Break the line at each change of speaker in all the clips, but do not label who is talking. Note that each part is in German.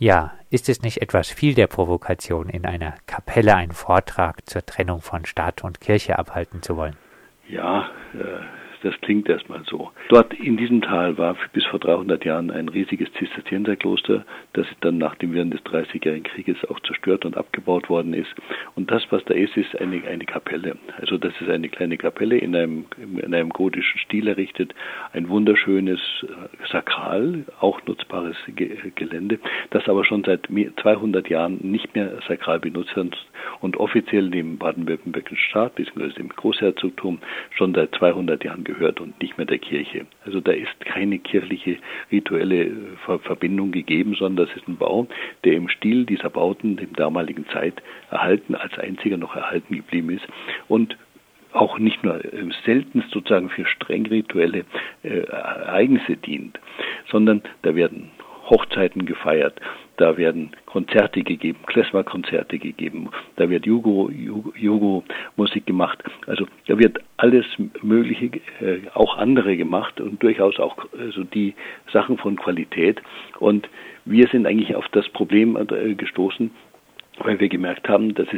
Ja, ist es nicht etwas viel der Provokation, in einer Kapelle einen Vortrag zur Trennung von Staat und Kirche abhalten zu wollen?
Ja, das klingt erstmal so. Dort in diesem Tal war bis vor 300 Jahren ein riesiges Zisterzienserkloster, das dann während des Dreißigjährigen Krieges auch zerstört und abgebaut worden ist. Und das, was da ist eine Kapelle. Also das ist eine kleine Kapelle in einem gotischen Stil errichtet, ein wunderschönes Sakral, auch nutzbares Gelände, das aber schon seit 200 Jahren nicht mehr sakral benutzt wird und offiziell dem baden-württembergischen Staat bzw. dem Großherzogtum schon seit 200 Jahren gehört und nicht mehr der Kirche. Also da ist keine kirchliche rituelle Verbindung gegeben, sondern das ist ein Bau, der im Stil dieser Bauten der damaligen Zeit als einziger noch erhalten geblieben ist und auch nicht nur seltenst sozusagen für streng rituelle Ereignisse dient, sondern da werden Hochzeiten gefeiert, da werden Konzerte gegeben, Klezmer-Konzerte gegeben, da wird Jugo-Musik gemacht. Also da wird alles Mögliche, auch andere gemacht und durchaus auch die Sachen von Qualität. Und wir sind eigentlich auf das Problem gestoßen, weil wir gemerkt haben, dass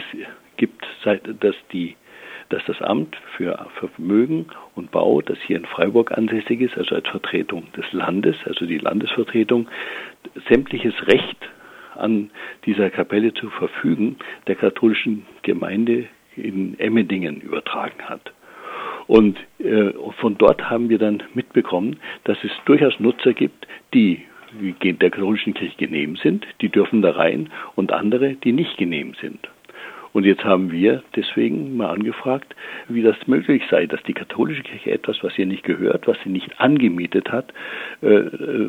das Amt für Vermögen und Bau, das hier in Freiburg ansässig ist, also als Vertretung des Landes, also die Landesvertretung, sämtliches Recht an dieser Kapelle zu verfügen, der katholischen Gemeinde in Emmendingen übertragen hat. Und von dort haben wir dann mitbekommen, dass es durchaus Nutzer gibt, die der katholischen Kirche genehm sind, die dürfen da rein, und andere, die nicht genehm sind. Und jetzt haben wir deswegen mal angefragt, wie das möglich sei, dass die katholische Kirche etwas, was ihr nicht gehört, was sie nicht angemietet hat, wie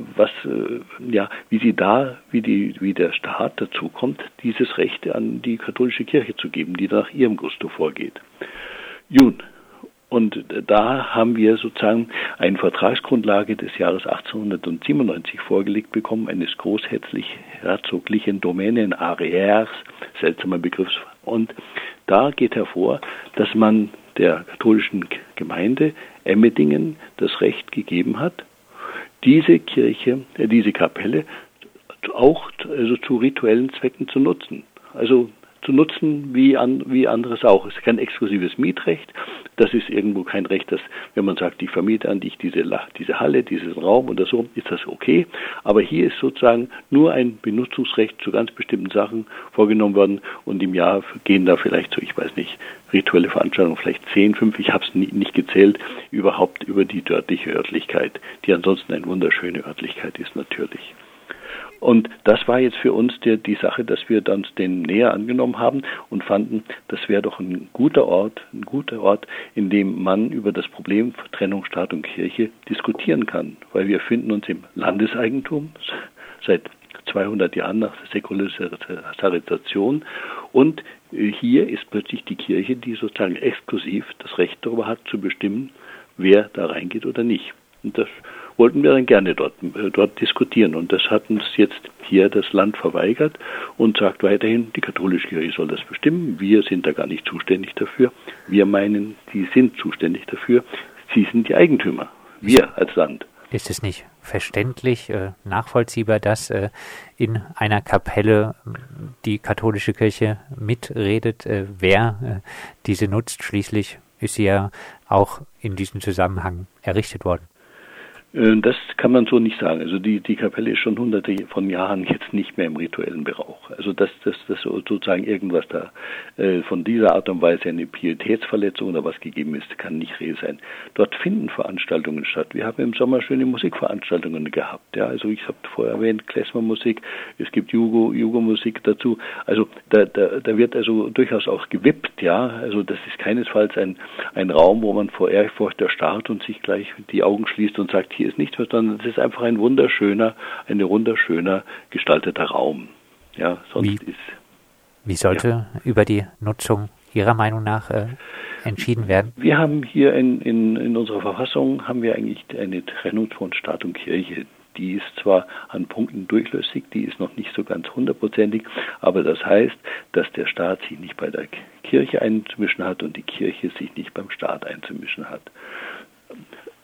der Staat dazu kommt, dieses Recht an die katholische Kirche zu geben, die nach ihrem Gusto vorgeht. Nun, und da haben wir sozusagen eine Vertragsgrundlage des Jahres 1897 vorgelegt bekommen, eines großherzoglichen Domänen Arrières, seltsamer Begriff. Und da geht hervor, dass man der katholischen Gemeinde Emmendingen das Recht gegeben hat, diese Kapelle auch zu rituellen Zwecken zu nutzen. Also zu nutzen wie anderes auch. Es ist kein exklusives Mietrecht. Das ist irgendwo kein Recht, dass, wenn man sagt, ich vermiete an dich diese Halle, diesen Raum oder so, ist das okay. Aber hier ist sozusagen nur ein Benutzungsrecht zu ganz bestimmten Sachen vorgenommen worden und im Jahr gehen da vielleicht so, ich weiß nicht, rituelle Veranstaltungen, vielleicht 10, 5, ich habe es nicht gezählt, überhaupt über die dörtliche Örtlichkeit, die ansonsten eine wunderschöne Örtlichkeit ist natürlich. Und das war jetzt für uns die Sache, dass wir uns den näher angenommen haben und fanden, das wäre doch ein guter Ort, in dem man über das Problem Trennung Staat und Kirche diskutieren kann. Weil wir finden uns im Landeseigentum seit 200 Jahren nach der Säkularisation und hier ist plötzlich die Kirche, die sozusagen exklusiv das Recht darüber hat, zu bestimmen, wer da reingeht oder nicht. Und das wollten wir dann gerne dort diskutieren. Und das hat uns jetzt hier das Land verweigert und sagt weiterhin, die katholische Kirche soll das bestimmen. Wir sind da gar nicht zuständig dafür. Wir meinen, sie sind zuständig dafür. Sie sind die Eigentümer. Wir als Land.
Ist es nicht verständlich, nachvollziehbar, dass in einer Kapelle die katholische Kirche mitredet, wer diese nutzt? Schließlich ist sie ja auch in diesem Zusammenhang errichtet worden.
Das kann man so nicht sagen. Also die Kapelle ist schon hunderte von Jahren jetzt nicht mehr im rituellen Gebrauch. Also dass sozusagen irgendwas da von dieser Art und Weise eine Pietätsverletzung oder was gegeben ist, kann nicht Rede sein. Dort finden Veranstaltungen statt. Wir haben im Sommer schöne Musikveranstaltungen gehabt. Ja, also ich habe vorher erwähnt, Klezmer-Musik, es gibt Jugo-Musik dazu. Also da wird also durchaus auch gewippt. Ja, also das ist keinesfalls ein Raum, wo man vor Ehrfurcht erstarrt und sich gleich die Augen schließt und sagt, hier ist nichts mehr, sondern es ist einfach ein wunderschöner gestalteter Raum. Ja,
Wie sollte über die Nutzung Ihrer Meinung nach entschieden werden?
Wir haben hier in unserer Verfassung haben wir eigentlich eine Trennung von Staat und Kirche. Die ist zwar an Punkten durchlässig, die ist noch nicht so ganz hundertprozentig, aber das heißt, dass der Staat sich nicht bei der Kirche einzumischen hat und die Kirche sich nicht beim Staat einzumischen hat.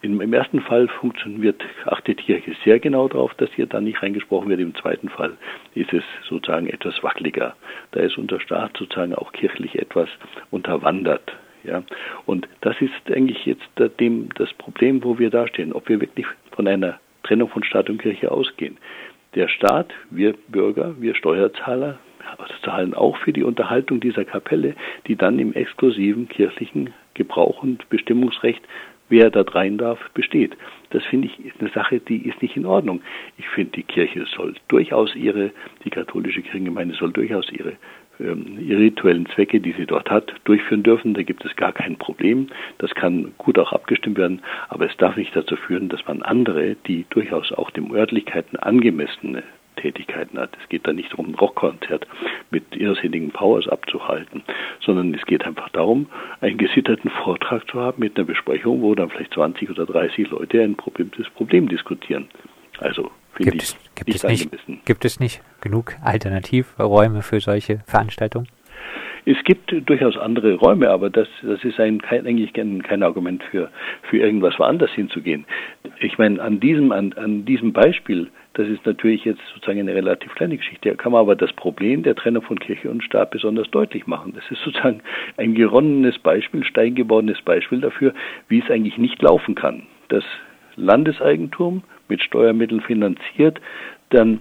Im ersten Fall achtet die Kirche sehr genau darauf, dass hier da nicht reingesprochen wird. Im zweiten Fall ist es sozusagen etwas wackeliger. Da ist unser Staat sozusagen auch kirchlich etwas unterwandert. Ja, und das ist eigentlich jetzt das Problem, wo wir dastehen, ob wir wirklich von einer Trennung von Staat und Kirche ausgehen. Der Staat, wir Bürger, wir Steuerzahler, zahlen auch für die Unterhaltung dieser Kapelle, die dann im exklusiven kirchlichen Gebrauch und Bestimmungsrecht, wer da rein darf, besteht. Das finde ich eine Sache, die ist nicht in Ordnung. Ich finde, die Kirche soll durchaus die katholische Kirchengemeinde soll durchaus ihre rituellen Zwecke, die sie dort hat, durchführen dürfen. Da gibt es gar kein Problem. Das kann gut auch abgestimmt werden, aber es darf nicht dazu führen, dass man andere, die durchaus auch den Örtlichkeiten angemessene Tätigkeiten hat. Es geht da nicht darum, ein Rockkonzert mit irrsinnigen Powers abzuhalten, sondern es geht einfach darum, einen gesitterten Vortrag zu haben mit einer Besprechung, wo dann vielleicht 20 oder 30 Leute ein Problem diskutieren. Also
Gibt es nicht genug Alternativräume für solche Veranstaltungen?
Es gibt durchaus andere Räume, aber das ist eigentlich kein Argument für irgendwas woanders hinzugehen. Ich meine, an diesem Beispiel, das ist natürlich jetzt sozusagen eine relativ kleine Geschichte, da kann man aber das Problem der Trennung von Kirche und Staat besonders deutlich machen. Das ist sozusagen ein geronnenes Beispiel, steingeborenes Beispiel dafür, wie es eigentlich nicht laufen kann. Das Landeseigentum mit Steuermitteln finanziert, dann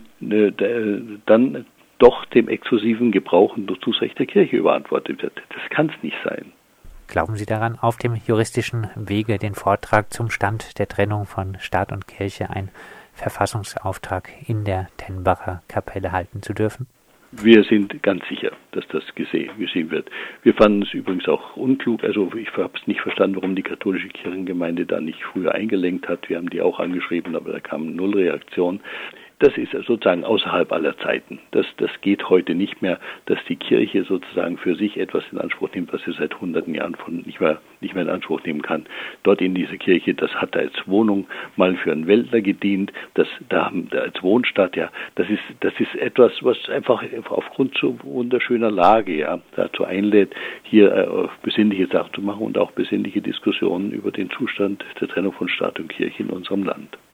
doch dem exklusiven Gebrauch und Nutzungsrecht der Kirche überantwortet wird. Das kann es nicht sein.
Glauben Sie daran, auf dem juristischen Wege den Vortrag zum Stand der Trennung von Staat und Kirche, ein Verfassungsauftrag in der Tenbacher Kapelle halten zu dürfen?
Wir sind ganz sicher, dass das geschehen wird. Wir fanden es übrigens auch unklug, also ich habe es nicht verstanden, warum die katholische Kirchengemeinde da nicht früher eingelenkt hat. Wir haben die auch angeschrieben, aber da kam null Reaktion. Das ist sozusagen außerhalb aller Zeiten. Das geht heute nicht mehr, dass die Kirche sozusagen für sich etwas in Anspruch nimmt, was sie seit hunderten Jahren nicht mehr in Anspruch nehmen kann. Dort in dieser Kirche, das hat als Wohnung mal für einen Wälder gedient, als Wohnstadt, ja, das ist etwas, was einfach aufgrund so wunderschöner Lage, ja, dazu einlädt, hier besinnliche Sachen zu machen und auch besinnliche Diskussionen über den Zustand der Trennung von Staat und Kirche in unserem Land.